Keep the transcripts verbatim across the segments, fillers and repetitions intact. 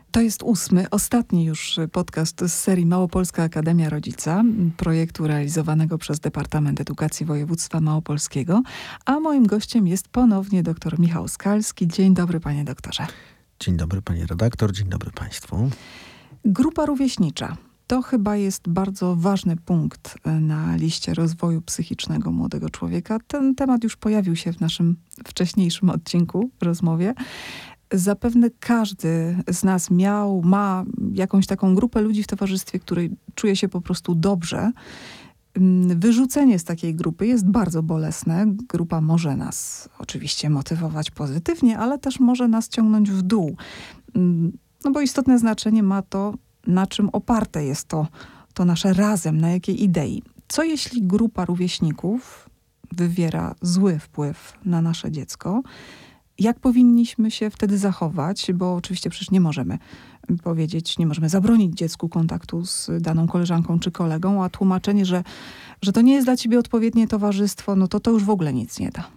To jest ósmy, ostatni już podcast z serii Małopolska Akademia Rodzica, projektu realizowanego przez Departament Edukacji Województwa Małopolskiego, a moim gościem jest ponownie dr Michał Skalski. Dzień dobry, panie doktorze. Dzień dobry, pani redaktor, dzień dobry państwu. Grupa rówieśnicza. To chyba jest bardzo ważny punkt na liście rozwoju psychicznego młodego człowieka. Ten temat już pojawił się w naszym wcześniejszym odcinku, w rozmowie. Zapewne każdy z nas miał, ma jakąś taką grupę ludzi w towarzystwie, której czuje się po prostu dobrze. Wyrzucenie z takiej grupy jest bardzo bolesne. Grupa może nas oczywiście motywować pozytywnie, ale też może nas ciągnąć w dół. No bo istotne znaczenie ma to, na czym oparte jest to, to nasze razem, na jakiej idei. Co jeśli grupa rówieśników wywiera zły wpływ na nasze dziecko? Jak powinniśmy się wtedy zachować? Bo oczywiście przecież nie możemy powiedzieć, nie możemy zabronić dziecku kontaktu z daną koleżanką czy kolegą, a tłumaczenie, że, że to nie jest dla ciebie odpowiednie towarzystwo, no to to już w ogóle nic nie da.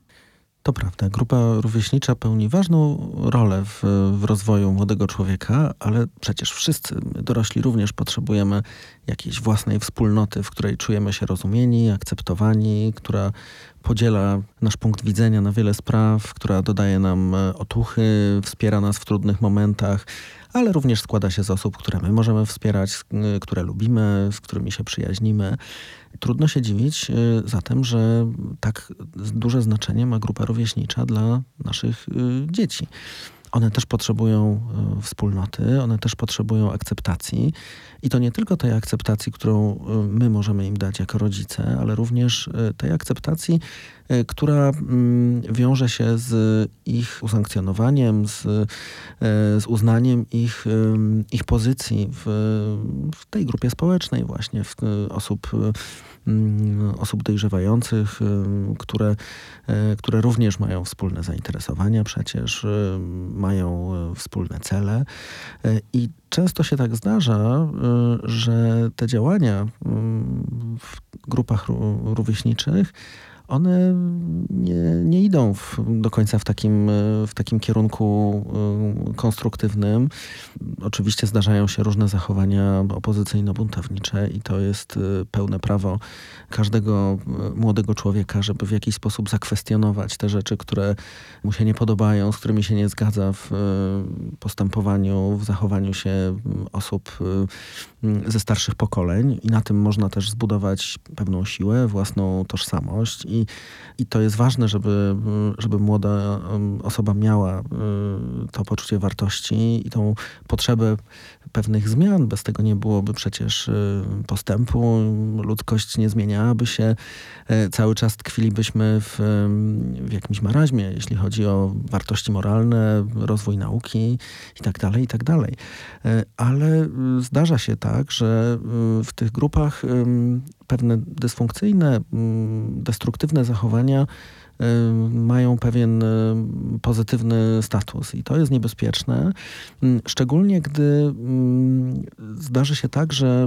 To prawda, grupa rówieśnicza pełni ważną rolę w, w rozwoju młodego człowieka, ale przecież wszyscy, dorośli również potrzebujemy jakiejś własnej wspólnoty, w której czujemy się rozumieni, akceptowani, która podziela nasz punkt widzenia na wiele spraw, która dodaje nam otuchy, wspiera nas w trudnych momentach, ale również składa się z osób, które my możemy wspierać, które lubimy, z którymi się przyjaźnimy. Trudno się dziwić zatem, że tak duże znaczenie ma grupa rówieśnicza dla naszych dzieci. One też potrzebują wspólnoty, one też potrzebują akceptacji. I to nie tylko tej akceptacji, którą my możemy im dać jako rodzice, ale również tej akceptacji, która wiąże się z ich usankcjonowaniem, z, z uznaniem ich, ich pozycji w, w tej grupie społecznej właśnie, w osób osób dojrzewających, które, które również mają wspólne zainteresowania przecież, mają wspólne cele. I często się tak zdarza, że te działania w grupach rówieśniczych, one nie, nie idą w, do końca w takim, w takim kierunku konstruktywnym. Oczywiście zdarzają się różne zachowania opozycyjno-buntownicze i to jest pełne prawo każdego młodego człowieka, żeby w jakiś sposób zakwestionować te rzeczy, które mu się nie podobają, z którymi się nie zgadza w postępowaniu, w zachowaniu się osób ze starszych pokoleń. I na tym można też zbudować pewną siłę, własną tożsamość. I, i to jest ważne, żeby, żeby młoda osoba miała to poczucie wartości i tą potrzebę pewnych zmian. Bez tego nie byłoby przecież postępu. Ludzkość nie zmieniałaby się. Cały czas tkwilibyśmy w, w jakimś maraźmie, jeśli chodzi o wartości moralne, rozwój nauki i tak dalej, i tak dalej. Ale zdarza się tak, że w tych grupach pewne dysfunkcyjne, destruktywne zachowania mają pewien pozytywny status i to jest niebezpieczne, szczególnie gdy zdarzy się tak, że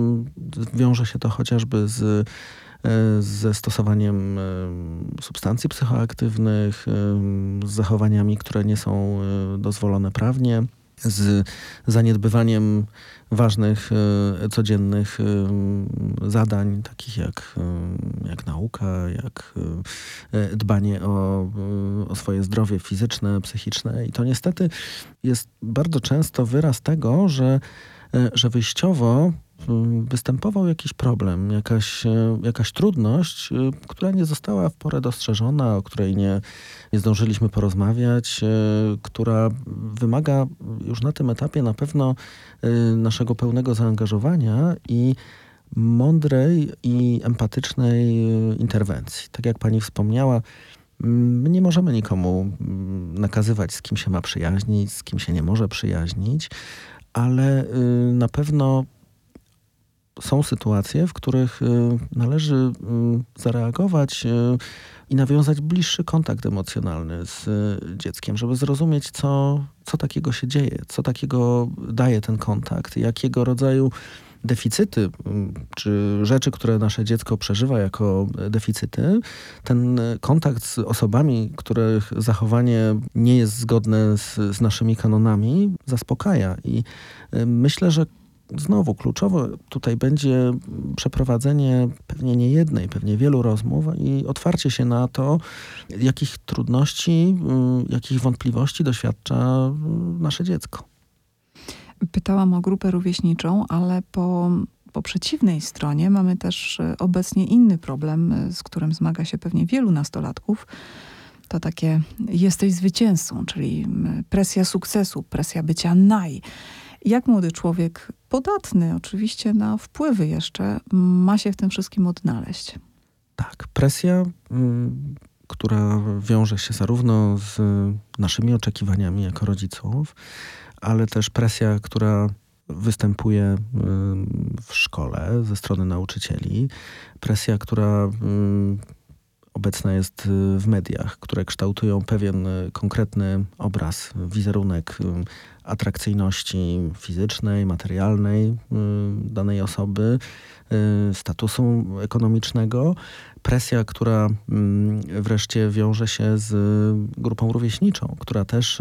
wiąże się to chociażby z ze stosowaniem substancji psychoaktywnych, z zachowaniami, które nie są dozwolone prawnie, z zaniedbywaniem ważnych, codziennych zadań, takich jak, jak nauka, jak dbanie o, o swoje zdrowie fizyczne, psychiczne. I to niestety jest bardzo często wyraz tego, że, że wyjściowo występował jakiś problem, jakaś, jakaś trudność, która nie została w porę dostrzeżona, o której nie, nie zdążyliśmy porozmawiać, która wymaga już na tym etapie na pewno naszego pełnego zaangażowania i mądrej i empatycznej interwencji. Tak jak pani wspomniała, my nie możemy nikomu nakazywać, z kim się ma przyjaźnić, z kim się nie może przyjaźnić, ale na pewno są sytuacje, w których należy zareagować i nawiązać bliższy kontakt emocjonalny z dzieckiem, żeby zrozumieć, co, co takiego się dzieje, co takiego daje ten kontakt, jakiego rodzaju deficyty, czy rzeczy, które nasze dziecko przeżywa jako deficyty, ten kontakt z osobami, których zachowanie nie jest zgodne z, z naszymi kanonami, zaspokaja. I myślę, że znowu kluczowe tutaj będzie przeprowadzenie pewnie nie jednej, pewnie wielu rozmów i otwarcie się na to, jakich trudności, jakich wątpliwości doświadcza nasze dziecko. Pytałam o grupę rówieśniczą, ale po, po przeciwnej stronie mamy też obecnie inny problem, z którym zmaga się pewnie wielu nastolatków. To takie jesteś zwycięzcą, czyli presja sukcesu, presja bycia naj. Jak młody człowiek, podatny oczywiście na wpływy jeszcze, ma się w tym wszystkim odnaleźć? Tak, presja, y, która wiąże się zarówno z naszymi oczekiwaniami jako rodziców, ale też presja, która występuje y, w szkole ze strony nauczycieli. Presja, która y, obecna jest w mediach, które kształtują pewien konkretny obraz, wizerunek atrakcyjności fizycznej, materialnej danej osoby, statusu ekonomicznego. Presja, która wreszcie wiąże się z grupą rówieśniczą, która też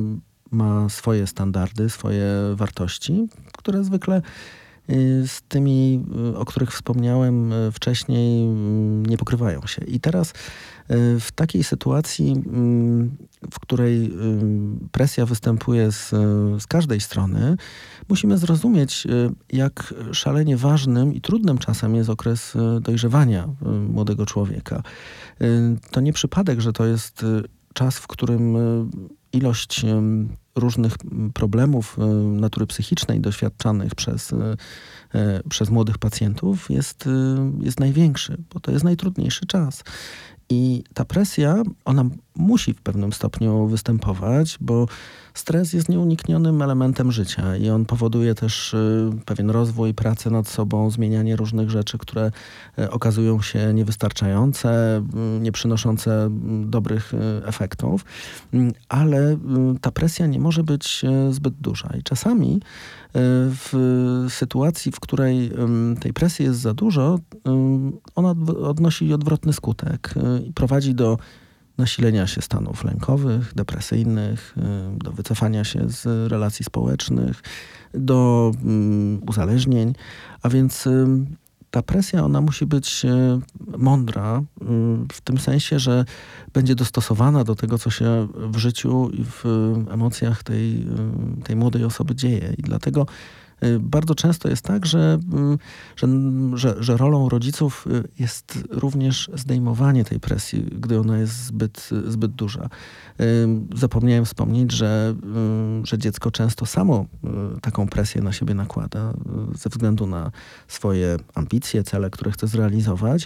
ma swoje standardy, swoje wartości, które zwykle z tymi, o których wspomniałem wcześniej, nie pokrywają się. I teraz w takiej sytuacji, w której presja występuje z, z każdej strony, musimy zrozumieć, jak szalenie ważnym i trudnym czasem jest okres dojrzewania młodego człowieka. To nie przypadek, że to jest czas, w którym ilość różnych problemów natury psychicznej doświadczanych przez, przez młodych pacjentów jest, jest największy, bo to jest najtrudniejszy czas. I ta presja, ona musi w pewnym stopniu występować, bo stres jest nieuniknionym elementem życia i on powoduje też pewien rozwój, pracę nad sobą, zmienianie różnych rzeczy, które okazują się niewystarczające, nie przynoszące dobrych efektów, ale ta presja nie może być zbyt duża. I czasami w sytuacji, w której tej presji jest za dużo, ona odnosi odwrotny skutek i prowadzi do nasilenia się stanów lękowych, depresyjnych, do wycofania się z relacji społecznych, do uzależnień. A więc ta presja, ona musi być mądra w tym sensie, że będzie dostosowana do tego, co się w życiu i w emocjach tej, tej młodej osoby dzieje. I dlatego bardzo często jest tak, że, że, że, że rolą rodziców jest również zdejmowanie tej presji, gdy ona jest zbyt, zbyt duża. Zapomniałem wspomnieć, że, że dziecko często samo taką presję na siebie nakłada ze względu na swoje ambicje, cele, które chce zrealizować,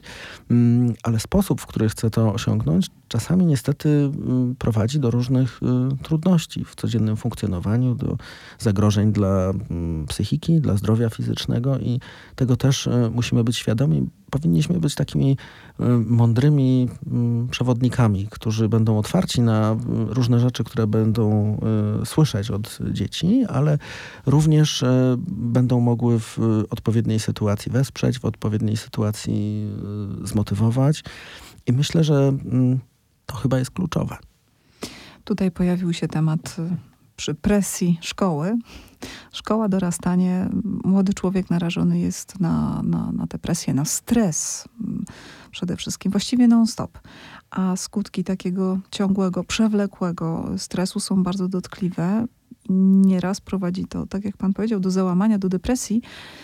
ale sposób, w który chce to osiągnąć, czasami niestety prowadzi do różnych trudności w codziennym funkcjonowaniu, do zagrożeń dla psychiki, dla zdrowia fizycznego i tego też musimy być świadomi. Powinniśmy być takimi mądrymi przewodnikami, którzy będą otwarci na różne rzeczy, które będą słyszeć od dzieci, ale również będą mogły w odpowiedniej sytuacji wesprzeć, w odpowiedniej sytuacji zmotywować. I myślę, że to chyba jest kluczowe. Tutaj pojawił się temat przy presji szkoły. Szkoła, dorastanie, młody człowiek narażony jest na, na, na tę presję, na stres przede wszystkim, właściwie non-stop. A skutki takiego ciągłego, przewlekłego stresu są bardzo dotkliwe. Nieraz prowadzi to, tak jak pan powiedział, do załamania, do depresji.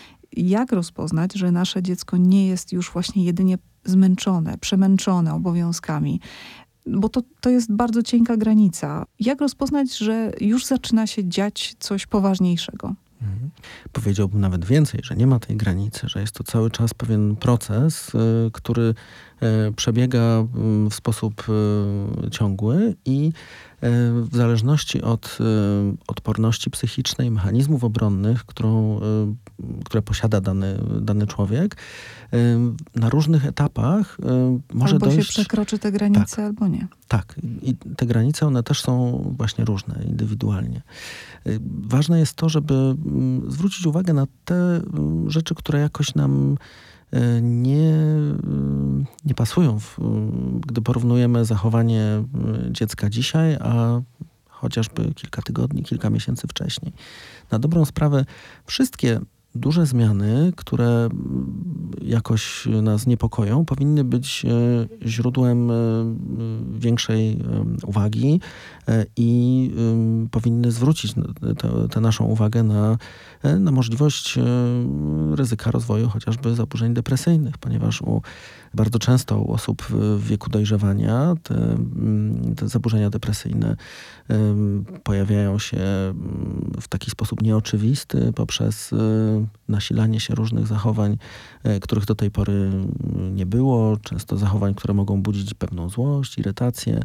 Jak rozpoznać, że nasze dziecko nie jest już właśnie jedynie zmęczone, przemęczone obowiązkami? Bo to, to jest bardzo cienka granica. Jak rozpoznać, że już zaczyna się dziać coś poważniejszego? Mhm. Powiedziałbym nawet więcej, że nie ma tej granicy, że jest to cały czas pewien proces, y, który y, przebiega y, w sposób y, ciągły i y, w zależności od y, odporności psychicznej, mechanizmów obronnych, którą, y, które posiada dany, dany człowiek, na różnych etapach może albo dojść... Albo się przekroczy te granice, tak, albo nie. Tak. I te granice, one też są właśnie różne, indywidualnie. Ważne jest to, żeby zwrócić uwagę na te rzeczy, które jakoś nam nie, nie pasują, w, gdy porównujemy zachowanie dziecka dzisiaj, a chociażby kilka tygodni, kilka miesięcy wcześniej. Na dobrą sprawę wszystkie duże zmiany, które jakoś nas niepokoją, powinny być źródłem większej uwagi i powinny zwrócić tę naszą uwagę na, na możliwość ryzyka rozwoju chociażby zaburzeń depresyjnych, ponieważ u, bardzo często u osób w wieku dojrzewania te, te zaburzenia depresyjne pojawiają się w taki sposób nieoczywisty poprzez nasilanie się różnych zachowań, których do tej pory nie było. Często zachowań, które mogą budzić pewną złość, irytację.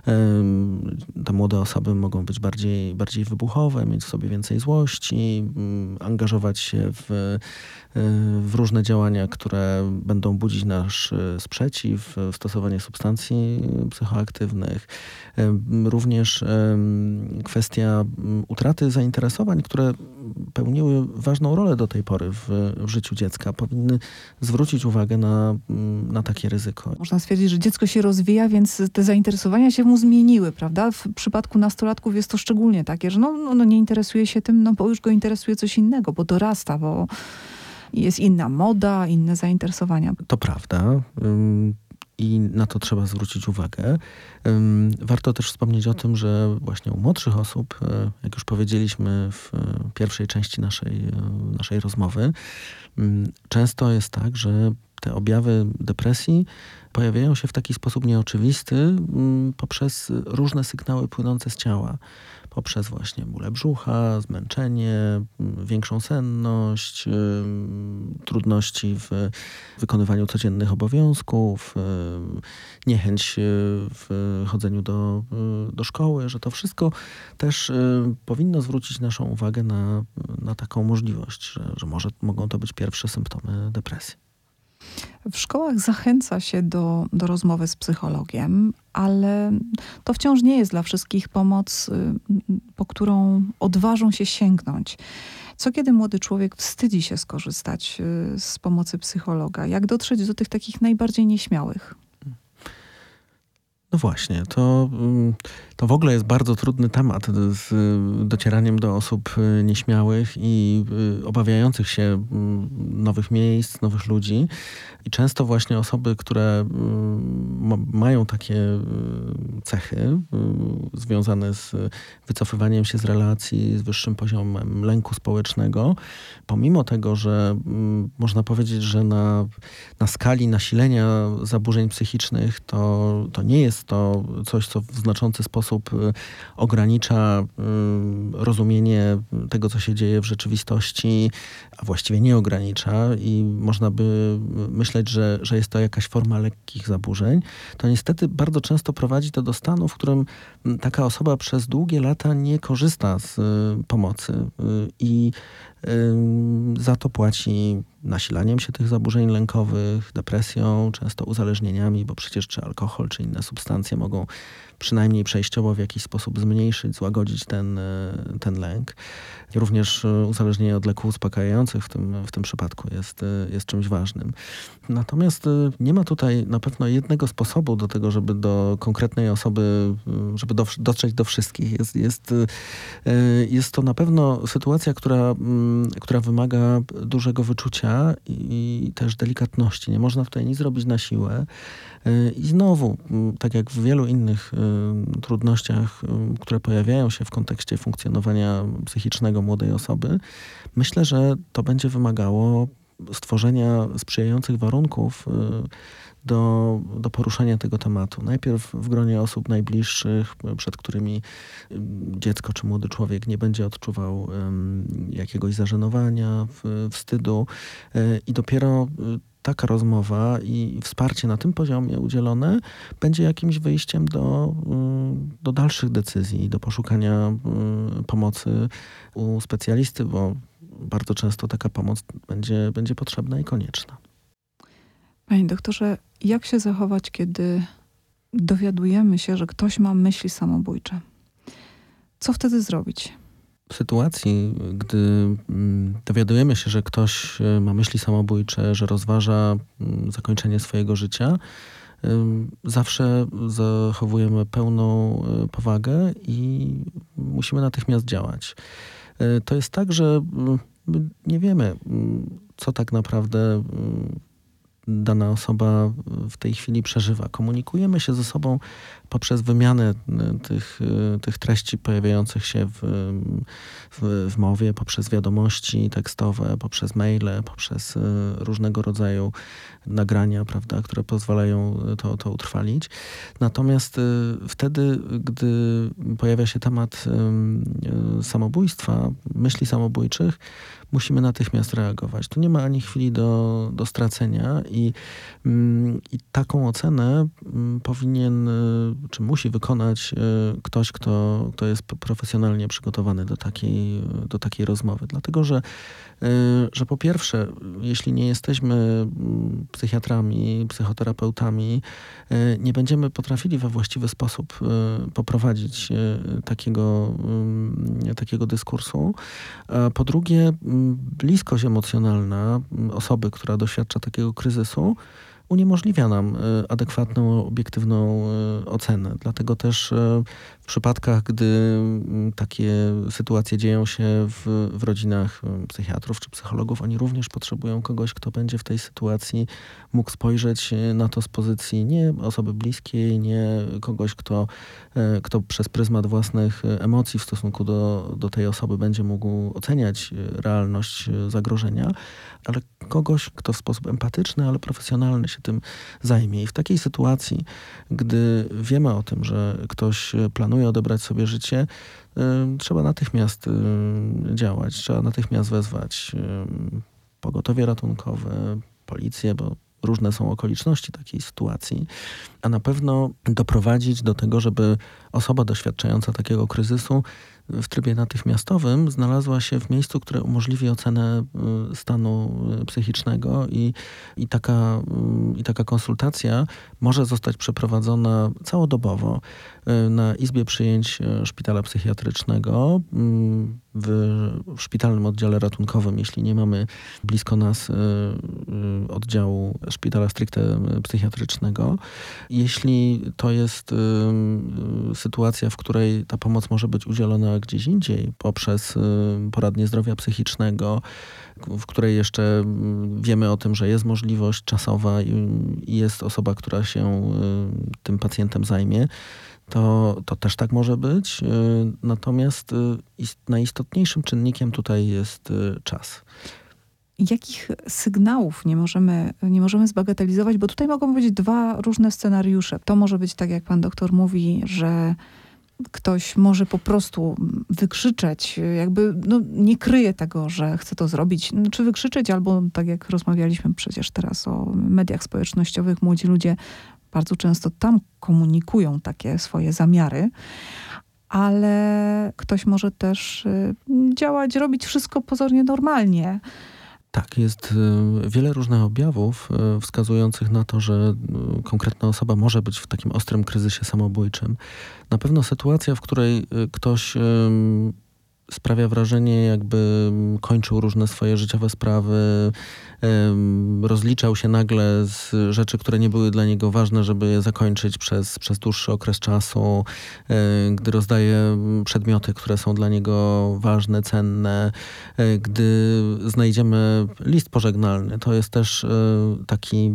Te młode osoby mogą być bardziej, bardziej wybuchowe, mieć w sobie więcej złości, angażować się w, w różne działania, które będą budzić nasz sprzeciw, w stosowanie substancji psychoaktywnych. Również kwestia utraty zainteresowań, które pełniły ważną rolę do tej pory w, w życiu dziecka, powinny zwrócić uwagę na, na takie ryzyko. Można stwierdzić, że dziecko się rozwija, więc te zainteresowania się mu zmieniły, prawda? W przypadku nastolatków jest to szczególnie takie, że no, no, no nie interesuje się tym, no bo już go interesuje coś innego, bo dorasta, bo jest inna moda, inne zainteresowania. To prawda. I na to trzeba zwrócić uwagę. Warto też wspomnieć o tym, że właśnie u młodszych osób, jak już powiedzieliśmy w pierwszej części naszej, naszej rozmowy, często jest tak, że te objawy depresji pojawiają się w taki sposób nieoczywisty poprzez różne sygnały płynące z ciała. Poprzez właśnie bóle brzucha, zmęczenie, większą senność, trudności w wykonywaniu codziennych obowiązków, niechęć w chodzeniu do, do szkoły, że to wszystko też powinno zwrócić naszą uwagę na, na taką możliwość, że, że może mogą to być pierwsze symptomy depresji. W szkołach zachęca się do, do rozmowy z psychologiem, ale to wciąż nie jest dla wszystkich pomoc, po którą odważą się sięgnąć. Co kiedy młody człowiek wstydzi się skorzystać z pomocy psychologa? Jak dotrzeć do tych takich najbardziej nieśmiałych? No właśnie, to, to w ogóle jest bardzo trudny temat z docieraniem do osób nieśmiałych i obawiających się nowych miejsc, nowych ludzi. I często właśnie osoby, które mają takie cechy związane z wycofywaniem się z relacji, z wyższym poziomem lęku społecznego, pomimo tego, że można powiedzieć, że na, na skali nasilenia zaburzeń psychicznych to, to nie jest to coś, co w znaczący sposób ogranicza rozumienie tego, co się dzieje w rzeczywistości, a właściwie nie ogranicza i można by myśleć, że, że jest to jakaś forma lekkich zaburzeń, to niestety bardzo często prowadzi to do stanu, w którym taka osoba przez długie lata nie korzysta z pomocy i za to płaci nasilaniem się tych zaburzeń lękowych, depresją, często uzależnieniami, bo przecież czy alkohol, czy inne substancje mogą przynajmniej przejściowo w jakiś sposób zmniejszyć, złagodzić ten, ten lęk. Również uzależnienie od leków uspokajających w tym, w tym przypadku jest, jest czymś ważnym. Natomiast nie ma tutaj na pewno jednego sposobu do tego, żeby do konkretnej osoby, żeby do, dotrzeć do wszystkich. Jest, jest, jest to na pewno sytuacja, która, która wymaga dużego wyczucia i też delikatności. Nie można tutaj nic zrobić na siłę. I znowu, tak jak w wielu innych trudnościach, które pojawiają się w kontekście funkcjonowania psychicznego młodej osoby, myślę, że to będzie wymagało stworzenia sprzyjających warunków do, do poruszenia tego tematu. Najpierw w gronie osób najbliższych, przed którymi dziecko czy młody człowiek nie będzie odczuwał jakiegoś zażenowania, wstydu i dopiero taka rozmowa i wsparcie na tym poziomie udzielone będzie jakimś wyjściem do, do dalszych decyzji, do poszukania pomocy u specjalisty, bo bardzo często taka pomoc będzie, będzie potrzebna i konieczna. Panie doktorze, jak się zachować, kiedy dowiadujemy się, że ktoś ma myśli samobójcze? Co wtedy zrobić? W sytuacji, gdy dowiadujemy się, że ktoś ma myśli samobójcze, że rozważa zakończenie swojego życia, zawsze zachowujemy pełną powagę i musimy natychmiast działać. To jest tak, że my nie wiemy, co tak naprawdę dana osoba w tej chwili przeżywa. Komunikujemy się ze sobą poprzez wymianę tych, tych treści pojawiających się w, w, w mowie, poprzez wiadomości tekstowe, poprzez maile, poprzez różnego rodzaju nagrania, prawda, które pozwalają to, to utrwalić. Natomiast wtedy, gdy pojawia się temat samobójstwa, myśli samobójczych, musimy natychmiast reagować. Tu nie ma ani chwili do, do stracenia i, i taką ocenę powinien, czy musi wykonać ktoś, kto, kto jest profesjonalnie przygotowany do takiej, do takiej rozmowy. Dlatego, że, że po pierwsze, jeśli nie jesteśmy psychiatrami, psychoterapeutami, nie będziemy potrafili we właściwy sposób poprowadzić takiego, takiego dyskursu. A po drugie, bliskość emocjonalna osoby, która doświadcza takiego kryzysu, uniemożliwia nam adekwatną, obiektywną ocenę. Dlatego też w przypadkach, gdy takie sytuacje dzieją się w, w rodzinach psychiatrów czy psychologów, oni również potrzebują kogoś, kto będzie w tej sytuacji mógł spojrzeć na to z pozycji nie osoby bliskiej, nie kogoś, kto, kto przez pryzmat własnych emocji w stosunku do, do tej osoby będzie mógł oceniać realność zagrożenia, ale kogoś, kto w sposób empatyczny, ale profesjonalny się tym zajmie. I w takiej sytuacji, gdy wiemy o tym, że ktoś planuje odebrać sobie życie, y, trzeba natychmiast y, działać, trzeba natychmiast wezwać y, pogotowie ratunkowe, policję, bo różne są okoliczności takiej sytuacji, a na pewno doprowadzić do tego, żeby osoba doświadczająca takiego kryzysu w trybie natychmiastowym znalazła się w miejscu, które umożliwi ocenę stanu psychicznego i, i, taka, i taka konsultacja może zostać przeprowadzona całodobowo na izbie przyjęć szpitala psychiatrycznego, w, w szpitalnym oddziale ratunkowym, jeśli nie mamy blisko nas oddziału szpitala stricte psychiatrycznego. Jeśli to jest sytuacja, w której ta pomoc może być udzielona gdzieś indziej, poprzez poradnię zdrowia psychicznego, w której jeszcze wiemy o tym, że jest możliwość czasowa i jest osoba, która się tym pacjentem zajmie, to, to też tak może być. Natomiast najistotniejszym czynnikiem tutaj jest czas. Jakich sygnałów nie możemy, nie możemy zbagatelizować? Bo tutaj mogą być dwa różne scenariusze. To może być tak, jak pan doktor mówi, że ktoś może po prostu wykrzyczeć, jakby no, nie kryje tego, że chce to zrobić. No, czy wykrzyczeć, albo tak jak rozmawialiśmy przecież teraz o mediach społecznościowych, młodzi ludzie bardzo często tam komunikują takie swoje zamiary, ale ktoś może też działać, robić wszystko pozornie normalnie. Tak, jest wiele różnych objawów wskazujących na to, że konkretna osoba może być w takim ostrym kryzysie samobójczym. Na pewno sytuacja, w której ktoś sprawia wrażenie, jakby kończył różne swoje życiowe sprawy, rozliczał się nagle z rzeczy, które nie były dla niego ważne, żeby je zakończyć przez, przez dłuższy okres czasu, gdy rozdaje przedmioty, które są dla niego ważne, cenne, gdy znajdziemy list pożegnalny. To jest też taki,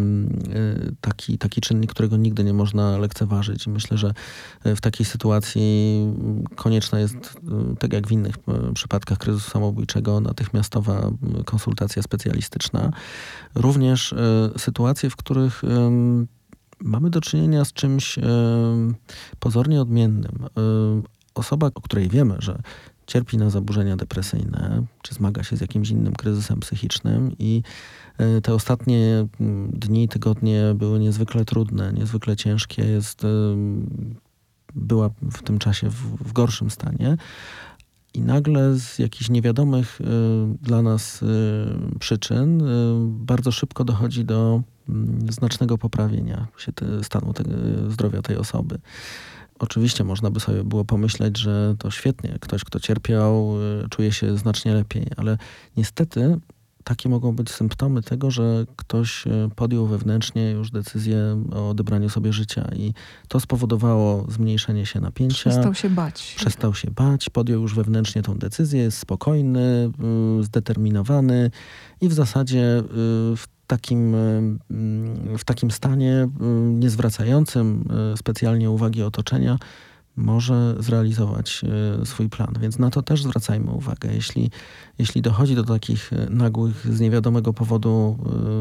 taki, taki czynnik, którego nigdy nie można lekceważyć. I myślę, że w takiej sytuacji konieczna jest, tak jak w innych przypadkach kryzysu samobójczego, natychmiastowa konsultacja specjalistyczna. Również y, sytuacje, w których y, mamy do czynienia z czymś y, pozornie odmiennym. Y, osoba, o której wiemy, że cierpi na zaburzenia depresyjne, czy zmaga się z jakimś innym kryzysem psychicznym i y, te ostatnie dni, tygodnie były niezwykle trudne, niezwykle ciężkie, jest, y, była w tym czasie w, w gorszym stanie. I nagle z jakichś niewiadomych y, dla nas y, przyczyn y, bardzo szybko dochodzi do y, znacznego poprawienia się te, stanu te, zdrowia tej osoby. Oczywiście można by sobie było pomyśleć, że to świetnie, ktoś, kto cierpiał, y, czuje się znacznie lepiej, ale niestety takie mogą być symptomy tego, że ktoś podjął wewnętrznie już decyzję o odebraniu sobie życia i to spowodowało zmniejszenie się napięcia. Przestał się bać. Przestał się bać, podjął już wewnętrznie tą decyzję, jest spokojny, zdeterminowany i w zasadzie w takim, w takim stanie, nie zwracającym specjalnie uwagi otoczenia, może zrealizować swój plan. Więc na to też zwracajmy uwagę. Jeśli, jeśli dochodzi do takich nagłych, z niewiadomego powodu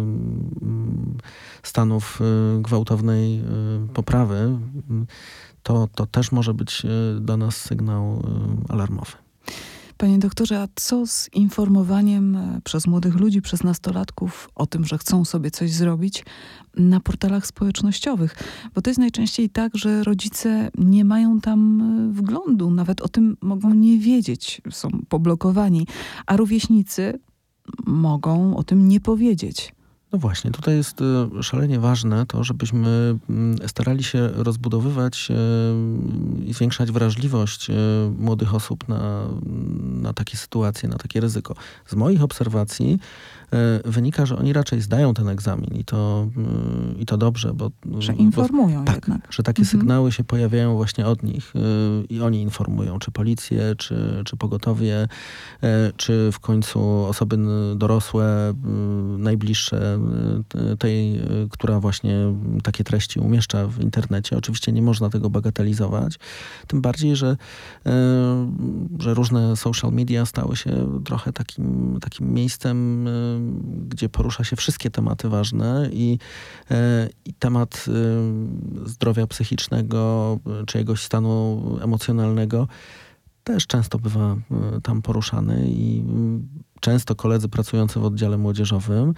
stanów gwałtownej poprawy, to, to też może być dla nas sygnał alarmowy. Panie doktorze, a co z informowaniem przez młodych ludzi, przez nastolatków o tym, że chcą sobie coś zrobić na portalach społecznościowych? Bo to jest najczęściej tak, że rodzice nie mają tam wglądu, nawet o tym mogą nie wiedzieć, są poblokowani, a rówieśnicy mogą o tym nie powiedzieć. No właśnie, tutaj jest szalenie ważne to, żebyśmy starali się rozbudowywać i zwiększać wrażliwość młodych osób na, na takie sytuacje, na takie ryzyko. Z moich obserwacji wynika, że oni raczej zdają ten egzamin i to, i to dobrze, bo... Że informują bo, tak, jednak. że takie mhm. sygnały się pojawiają właśnie od nich i oni informują, czy policję, czy, czy pogotowie, czy w końcu osoby dorosłe, najbliższe tej, która właśnie takie treści umieszcza w internecie. Oczywiście nie można tego bagatelizować. Tym bardziej, że, że różne social media stały się trochę takim, takim miejscem, gdzie porusza się wszystkie tematy ważne i, i temat zdrowia psychicznego, czyjegoś stanu emocjonalnego też często bywa tam poruszany i często koledzy pracujący w oddziale młodzieżowym,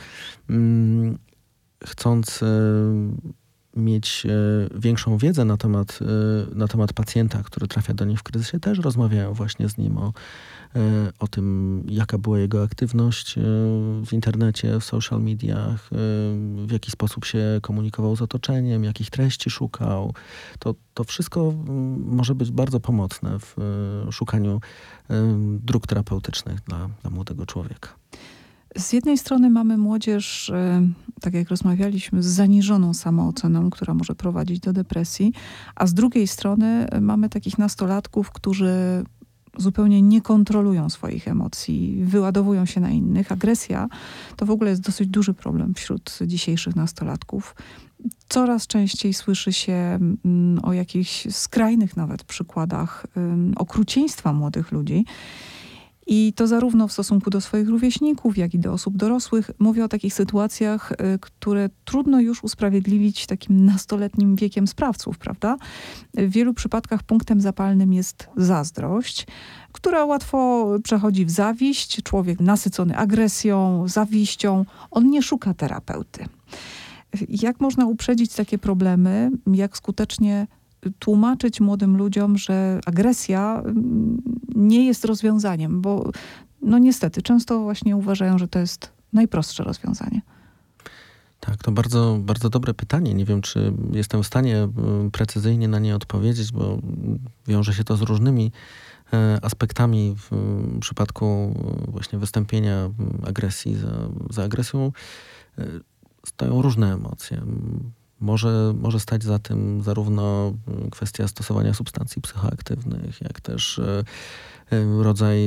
chcąc mieć większą wiedzę na temat, na temat pacjenta, który trafia do nich w kryzysie, też rozmawiają właśnie z nim o, o tym, jaka była jego aktywność w internecie, w social mediach, w jaki sposób się komunikował z otoczeniem, jakich treści szukał. To, to wszystko może być bardzo pomocne w szukaniu dróg terapeutycznych dla, dla młodego człowieka. Z jednej strony mamy młodzież, tak jak rozmawialiśmy, z zaniżoną samooceną, która może prowadzić do depresji, a z drugiej strony mamy takich nastolatków, którzy zupełnie nie kontrolują swoich emocji, wyładowują się na innych. Agresja to w ogóle jest dosyć duży problem wśród dzisiejszych nastolatków. Coraz częściej słyszy się o jakichś skrajnych nawet przykładach okrucieństwa młodych ludzi. I to zarówno w stosunku do swoich rówieśników, jak i do osób dorosłych. Mówię o takich sytuacjach, które trudno już usprawiedliwić takim nastoletnim wiekiem sprawców, prawda? W wielu przypadkach punktem zapalnym jest zazdrość, która łatwo przechodzi w zawiść. Człowiek nasycony agresją, zawiścią, on nie szuka terapeuty. Jak można uprzedzić takie problemy? Jak skutecznie tłumaczyć młodym ludziom, że agresja nie jest rozwiązaniem, bo no niestety często właśnie uważają, że to jest najprostsze rozwiązanie. Tak, to bardzo, bardzo dobre pytanie. Nie wiem, czy jestem w stanie precyzyjnie na nie odpowiedzieć, bo wiąże się to z różnymi aspektami w przypadku właśnie wystąpienia agresji. Za, za agresją stoją różne emocje. Może, może stać za tym zarówno kwestia stosowania substancji psychoaktywnych, jak też rodzaj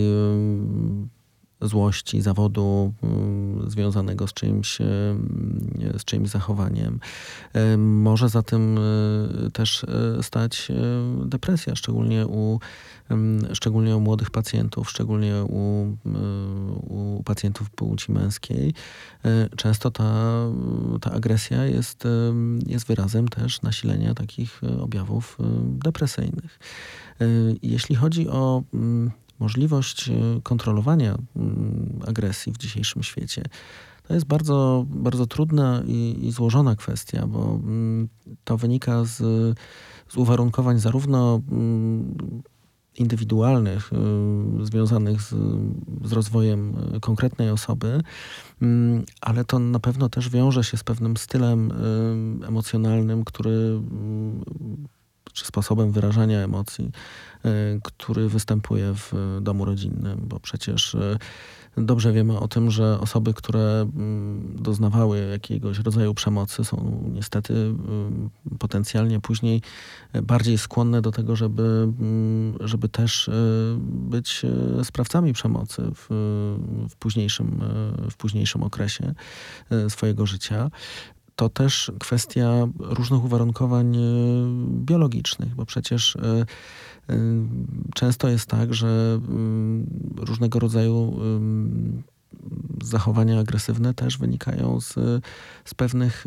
złości, zawodu związanego z czyimś, z czyimś zachowaniem. Może za tym też stać depresja, szczególnie u, szczególnie u młodych pacjentów, szczególnie u, u pacjentów płci męskiej. Często ta, ta agresja jest, jest wyrazem też nasilenia takich objawów depresyjnych. Jeśli chodzi o możliwość kontrolowania agresji w dzisiejszym świecie, to jest bardzo, bardzo trudna i, i złożona kwestia, bo to wynika z, z uwarunkowań zarówno indywidualnych, y, związanych z, z rozwojem konkretnej osoby, y, ale to na pewno też wiąże się z pewnym stylem y, emocjonalnym, który y, czy sposobem wyrażania emocji, y, który występuje w domu rodzinnym, bo przecież y, dobrze wiemy o tym, że osoby, które doznawały jakiegoś rodzaju przemocy, są niestety potencjalnie później bardziej skłonne do tego, żeby, żeby też być sprawcami przemocy w, w późniejszym, w późniejszym okresie swojego życia. To też kwestia różnych uwarunkowań biologicznych, bo przecież często jest tak, że różnego rodzaju zachowania agresywne też wynikają z, z, pewnych,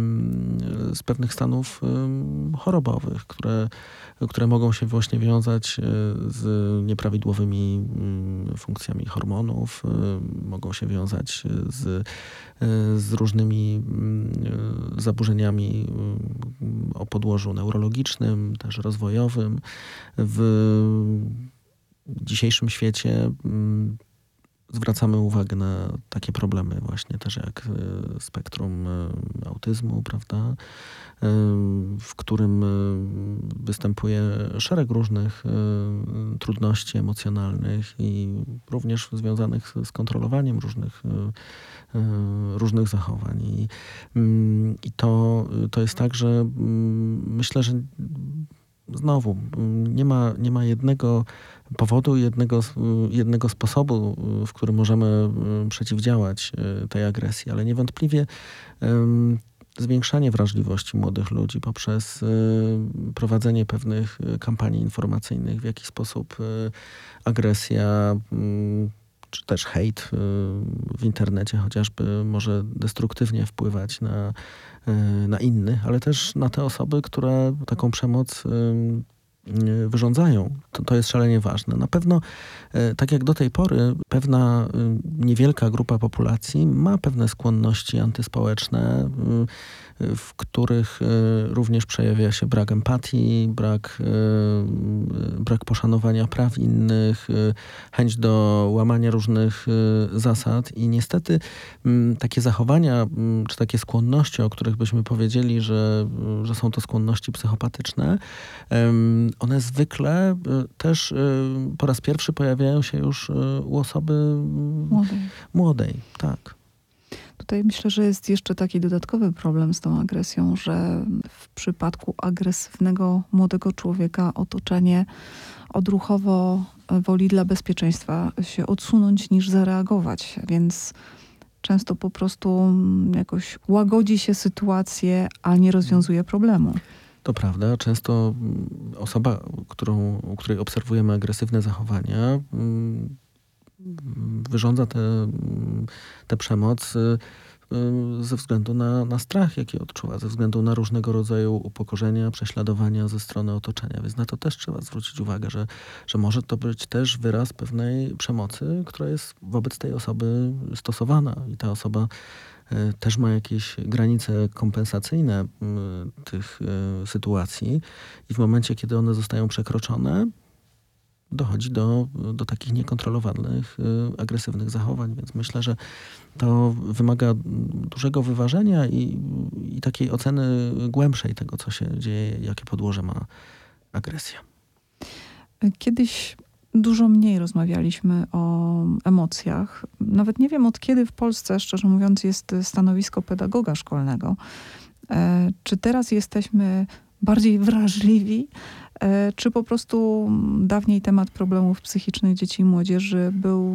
z pewnych stanów chorobowych, które, które mogą się właśnie wiązać z nieprawidłowymi funkcjami hormonów, mogą się wiązać z, z różnymi zaburzeniami o podłożu neurologicznym, też rozwojowym. W dzisiejszym świecie zwracamy uwagę na takie problemy właśnie też jak spektrum autyzmu, prawda, w którym występuje szereg różnych trudności emocjonalnych i również związanych z kontrolowaniem różnych, różnych zachowań. I, i to, to jest tak, że myślę, że znowu nie ma, nie ma jednego powodu, jednego, jednego sposobu, w którym możemy przeciwdziałać tej agresji, ale niewątpliwie zwiększanie wrażliwości młodych ludzi poprzez prowadzenie pewnych kampanii informacyjnych, w jaki sposób agresja czy też hejt w internecie chociażby może destruktywnie wpływać na, na innych, ale też na te osoby, które taką przemoc wyrządzają. To, to jest szalenie ważne. Na pewno, tak jak do tej pory, pewna niewielka grupa populacji ma pewne skłonności antyspołeczne, w których również przejawia się brak empatii, brak, brak poszanowania praw innych, chęć do łamania różnych zasad i niestety takie zachowania, czy takie skłonności, o których byśmy powiedzieli, że, że są to skłonności psychopatyczne, one zwykle też po raz pierwszy pojawiają się już u osoby młodej. młodej, tak. Tutaj myślę, że jest jeszcze taki dodatkowy problem z tą agresją, że w przypadku agresywnego młodego człowieka otoczenie odruchowo woli dla bezpieczeństwa się odsunąć niż zareagować, więc często po prostu jakoś łagodzi się sytuację, a nie rozwiązuje problemu. To prawda. Często osoba, którą, u której obserwujemy agresywne zachowania, wyrządza tę przemoc ze względu na, na strach, jaki odczuwa, ze względu na różnego rodzaju upokorzenia, prześladowania ze strony otoczenia. Więc na to też trzeba zwrócić uwagę, że, że może to być też wyraz pewnej przemocy, która jest wobec tej osoby stosowana i ta osoba też ma jakieś granice kompensacyjne tych sytuacji i w momencie, kiedy one zostają przekroczone, dochodzi do, do takich niekontrolowanych, agresywnych zachowań. Więc myślę, że to wymaga dużego wyważenia i, i takiej oceny głębszej tego, co się dzieje, jakie podłoże ma agresja. Kiedyś dużo mniej rozmawialiśmy o emocjach. Nawet nie wiem, od kiedy w Polsce, szczerze mówiąc, jest stanowisko pedagoga szkolnego. Czy teraz jesteśmy bardziej wrażliwi, czy po prostu dawniej temat problemów psychicznych dzieci i młodzieży był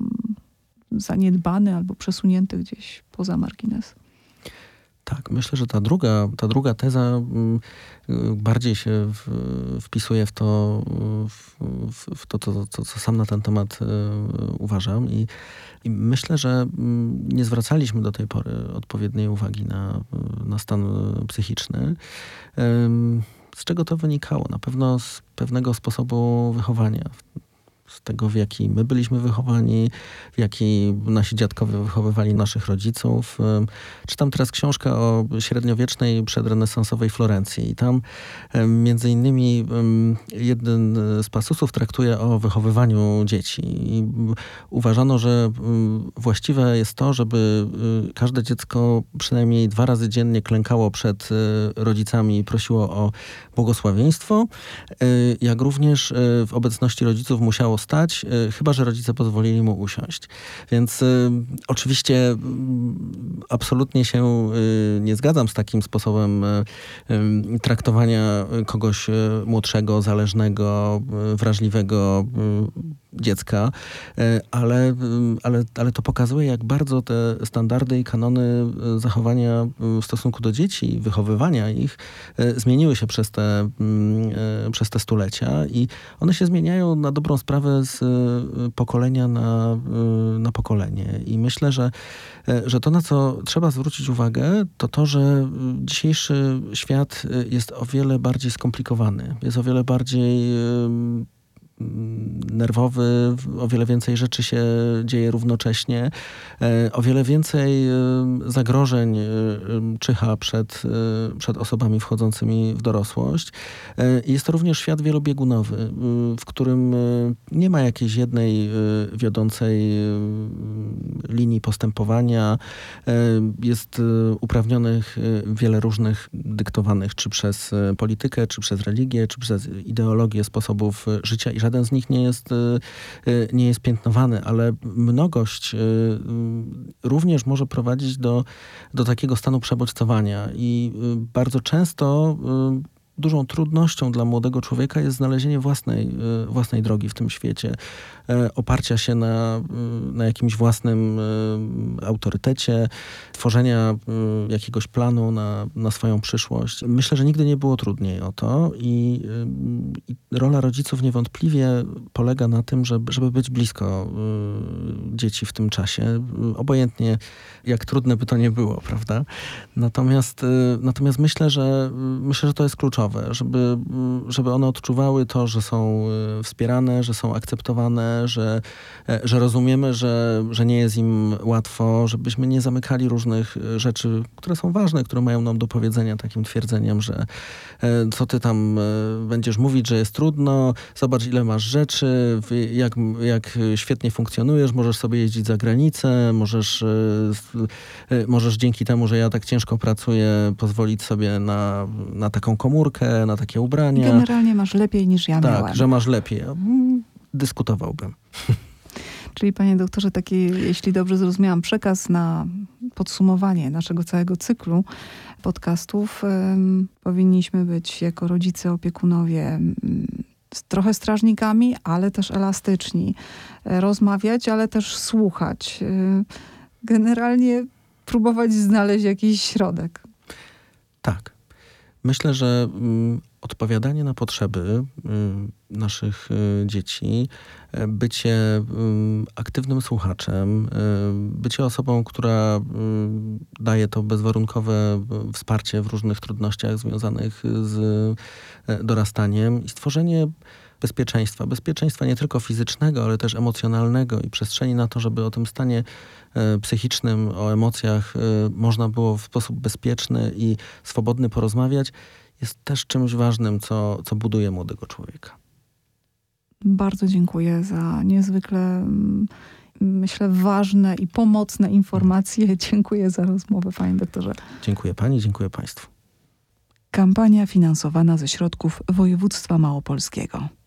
zaniedbany albo przesunięty gdzieś poza margines? Tak, myślę, że ta druga, ta druga teza bardziej się w, wpisuje w to, w, w to, to, to, co sam na ten temat uważam. I, I myślę, że nie zwracaliśmy do tej pory odpowiedniej uwagi na, na stan psychiczny. Z czego to wynikało? Na pewno z pewnego sposobu wychowania. z tego, w jaki my byliśmy wychowani, w jaki nasi dziadkowie wychowywali naszych rodziców. Czytam teraz książkę o średniowiecznej, przedrenesansowej Florencji i tam między innymi jeden z pasusów traktuje o wychowywaniu dzieci. I uważano, że właściwe jest to, żeby każde dziecko przynajmniej dwa razy dziennie klękało przed rodzicami i prosiło o błogosławieństwo, jak również w obecności rodziców musiało stać, chyba że rodzice pozwolili mu usiąść. Więc y, oczywiście y, absolutnie się y, nie zgadzam z takim sposobem y, y, traktowania kogoś y, młodszego, zależnego, y, wrażliwego y, dziecka, ale, ale, ale to pokazuje, jak bardzo te standardy i kanony zachowania w stosunku do dzieci, wychowywania ich zmieniły się przez te, przez te stulecia i one się zmieniają na dobrą sprawę z pokolenia na, na pokolenie. I myślę, że, że to, na co trzeba zwrócić uwagę, to to, że dzisiejszy świat jest o wiele bardziej skomplikowany. Jest o wiele bardziej nerwowy, o wiele więcej rzeczy się dzieje równocześnie, o wiele więcej zagrożeń czyha przed, przed osobami wchodzącymi w dorosłość. Jest to również świat wielobiegunowy, w którym nie ma jakiejś jednej wiodącej linii postępowania. Jest uprawnionych wiele różnych dyktowanych czy przez politykę, czy przez religię, czy przez ideologię sposobów życia i żaden z nich nie jest, nie jest piętnowany, ale mnogość również może prowadzić do, do takiego stanu przebodźcowania i bardzo często dużą trudnością dla młodego człowieka jest znalezienie własnej, własnej drogi w tym świecie, oparcia się na, na jakimś własnym autorytecie, tworzenia jakiegoś planu na, na swoją przyszłość. Myślę, że nigdy nie było trudniej o to i, i rola rodziców niewątpliwie polega na tym, żeby, żeby być blisko dzieci w tym czasie, obojętnie jak trudne by to nie było, prawda? Natomiast, natomiast myślę, że myślę, że to jest kluczowe. Żeby, żeby one odczuwały to, że są wspierane, że są akceptowane, że, że rozumiemy, że, że nie jest im łatwo, żebyśmy nie zamykali różnych rzeczy, które są ważne, które mają nam do powiedzenia takim twierdzeniem, że co ty tam będziesz mówić, że jest trudno, zobacz ile masz rzeczy, jak, jak świetnie funkcjonujesz, możesz sobie jeździć za granicę, możesz, możesz dzięki temu, że ja tak ciężko pracuję, pozwolić sobie na, na taką komórkę, na takie ubrania. Generalnie masz lepiej niż ja tak, miałem. Tak, że masz lepiej. Dyskutowałbym. Czyli panie doktorze, taki, jeśli dobrze zrozumiałam, przekaz na podsumowanie naszego całego cyklu podcastów. Um, powinniśmy być jako rodzice, opiekunowie um, trochę strażnikami, ale też elastyczni. Rozmawiać, ale też słuchać. Um, generalnie próbować znaleźć jakiś środek. Tak. Myślę, że mm, odpowiadanie na potrzeby mm, naszych y, dzieci, y, bycie y, aktywnym słuchaczem, y, bycie osobą, która y, daje to bezwarunkowe y, wsparcie w różnych trudnościach związanych z y, dorastaniem i stworzenie bezpieczeństwa. Bezpieczeństwa nie tylko fizycznego, ale też emocjonalnego i przestrzeni na to, żeby o tym stanie psychicznym, o emocjach można było w sposób bezpieczny i swobodny porozmawiać, jest też czymś ważnym, co, co buduje młodego człowieka. Bardzo dziękuję za niezwykle, myślę, ważne i pomocne informacje. Dziękuję za rozmowę, panie doktorze. Dziękuję pani, dziękuję państwu. Kampania finansowana ze środków województwa małopolskiego.